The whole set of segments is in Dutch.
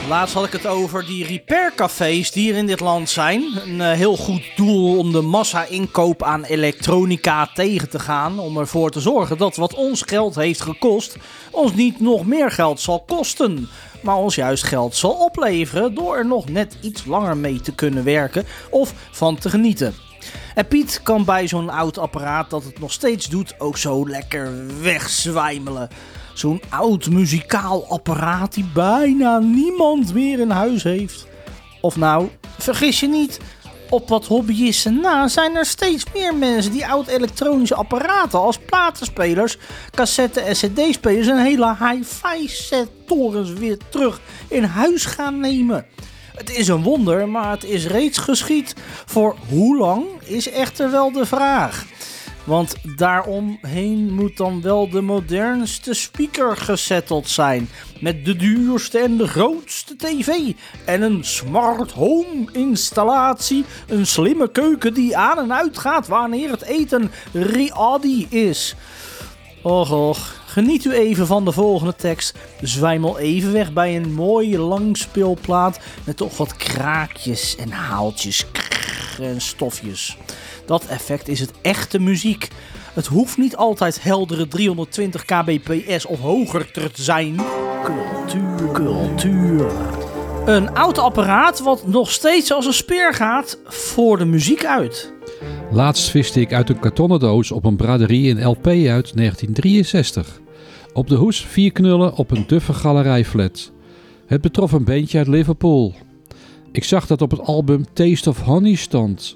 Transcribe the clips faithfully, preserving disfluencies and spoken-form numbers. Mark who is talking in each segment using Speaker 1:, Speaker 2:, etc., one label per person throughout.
Speaker 1: Laatst had ik het over die repaircafés die er in dit land zijn. Een uh, heel goed doel om de massa-inkoop aan elektronica tegen te gaan. Om ervoor te zorgen dat wat ons geld heeft gekost, ons niet nog meer geld zal kosten. Maar ons juist geld zal opleveren door er nog net iets langer mee te kunnen werken of van te genieten. En Piet kan bij zo'n oud apparaat dat het nog steeds doet ook zo lekker wegzwijmelen. Zo'n oud muzikaal apparaat die bijna niemand meer in huis heeft. Of nou, vergis je niet, op wat hobbyisten na zijn er steeds meer mensen die oud elektronische apparaten als platenspelers, cassette- en cd-spelers en hele hi-fi set torens weer terug in huis gaan nemen. Het is een wonder, maar het is reeds geschied. Voor hoe lang is echter wel de vraag. Want daaromheen moet dan wel de modernste speaker gesetteld zijn. Met de duurste en de grootste tv. En een smart home installatie. Een slimme keuken die aan en uit gaat wanneer het eten ready is. Och och, geniet u even van de volgende tekst. Zwijmel even weg bij een mooie langspeelplaat met toch wat kraakjes en haaltjes en stofjes. Dat effect is het echte muziek. Het hoeft niet altijd heldere driehonderdtwintig kbps of hoger te zijn. Cultuur, cultuur. Een oud apparaat wat nog steeds als een speer gaat voor de muziek uit.
Speaker 2: Laatst viste ik uit een kartonnen doos op een braderie een L P uit negentien drieënzestig. Op de hoes vier knullen op een duffe galerijflat. Het betrof een bandje uit Liverpool. Ik zag dat op het album Taste of Honey stond.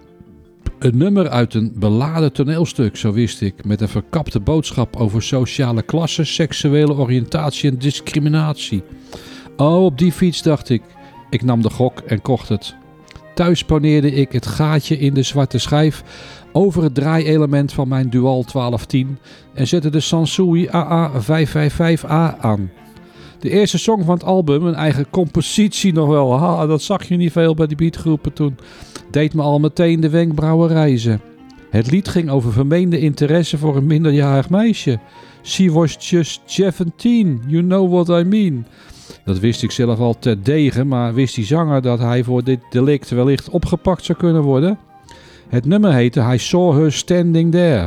Speaker 2: Een nummer uit een beladen toneelstuk, zo wist ik, met een verkapte boodschap over sociale klasse, seksuele oriëntatie en discriminatie. Oh, op die fiets dacht ik. Ik nam de gok en kocht het. Thuis poneerde ik het gaatje in de zwarte schijf over het draaielement van mijn Dual twaalf tien en zette de Sansui A A vijf vijf vijf A aan. De eerste song van het album, een eigen compositie nog wel, ha, dat zag je niet veel bij die beatgroepen toen, deed me al meteen de wenkbrauwen rijzen. Het lied ging over vermeende interesse voor een minderjarig meisje. She was just seventeen, you know what I mean. Dat wist ik zelf al terdege, maar wist die zanger dat hij voor dit delict wellicht opgepakt zou kunnen worden? Het nummer heette I Saw Her Standing There.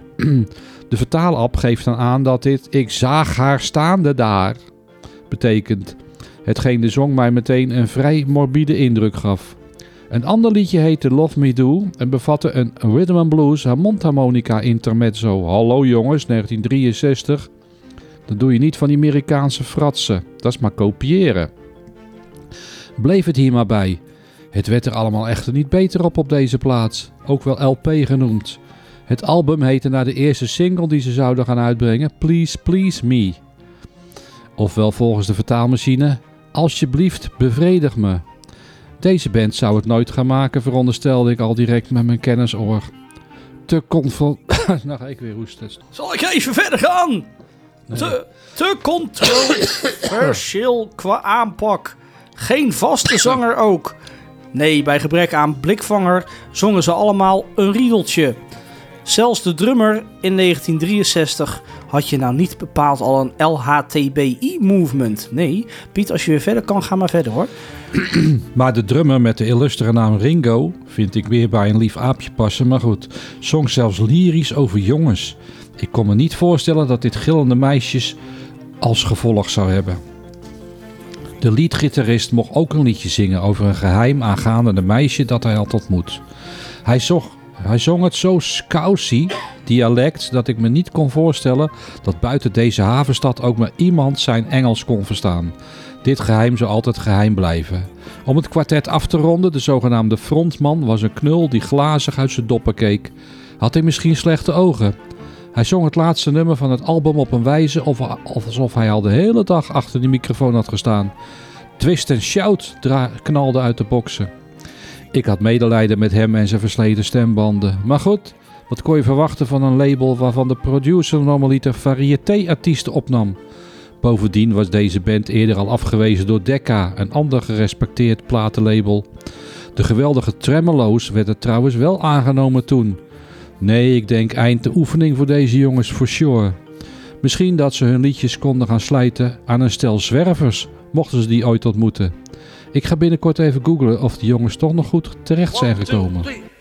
Speaker 2: De vertaalapp geeft dan aan dat dit ik zag haar staande daar betekent. Hetgeen de song mij meteen een vrij morbide indruk gaf. Een ander liedje heette Love Me Do en bevatte een rhythm and blues mondharmonica intermezzo. Hallo jongens, negentien drieënzestig. Dat doe je niet van die Amerikaanse fratsen. Dat is maar kopiëren. Bleef het hier maar bij. Het werd er allemaal echter niet beter op op deze plaats. Ook wel L P genoemd. Het album heette naar de eerste single die ze zouden gaan uitbrengen Please Please Me. Ofwel volgens de vertaalmachine, alsjeblieft bevredig me. Deze band zou het nooit gaan maken, veronderstelde ik al direct met mijn kennisoor. Te control... nou ga ik weer hoesten.
Speaker 1: Zal ik even verder gaan? Nee. Te, te controversieel qua aanpak. Geen vaste zanger ook. Nee, bij gebrek aan blikvanger zongen ze allemaal een riedeltje. Zelfs de drummer in negentien drieënzestig had je nou niet bepaald al een L H T B I-movement. Nee, Piet, als je weer verder kan, ga maar verder hoor.
Speaker 2: Maar de drummer met de illustere naam Ringo vind ik weer bij een lief aapje passen. Maar goed, zong zelfs lyrisch over jongens. Ik kon me niet voorstellen dat dit gillende meisjes als gevolg zou hebben. De leadgitarist mocht ook een liedje zingen over een geheim aangaande een meisje dat hij had ontmoet. Hij zong, hij zong het zo scousy dialect dat ik me niet kon voorstellen dat buiten deze havenstad ook maar iemand zijn Engels kon verstaan. Dit geheim zou altijd geheim blijven. Om het kwartet af te ronden, de zogenaamde frontman was een knul die glazig uit zijn doppen keek. Had hij misschien slechte ogen? Hij zong het laatste nummer van het album op een wijze of, alsof hij al de hele dag achter die microfoon had gestaan. Twist en shout dra- knalde uit de boksen. Ik had medelijden met hem en zijn versleten stembanden. Maar goed, wat kon je verwachten van een label waarvan de producer normaliter variété-artiesten opnam? Bovendien was deze band eerder al afgewezen door Decca, een ander gerespecteerd platenlabel. De geweldige tremolo's werden trouwens wel aangenomen toen. Nee, ik denk eind de oefening voor deze jongens for sure. Misschien dat ze hun liedjes konden gaan slijten aan een stel zwervers mochten ze die ooit ontmoeten. Ik ga binnenkort even googlen of de jongens toch nog goed terecht zijn gekomen.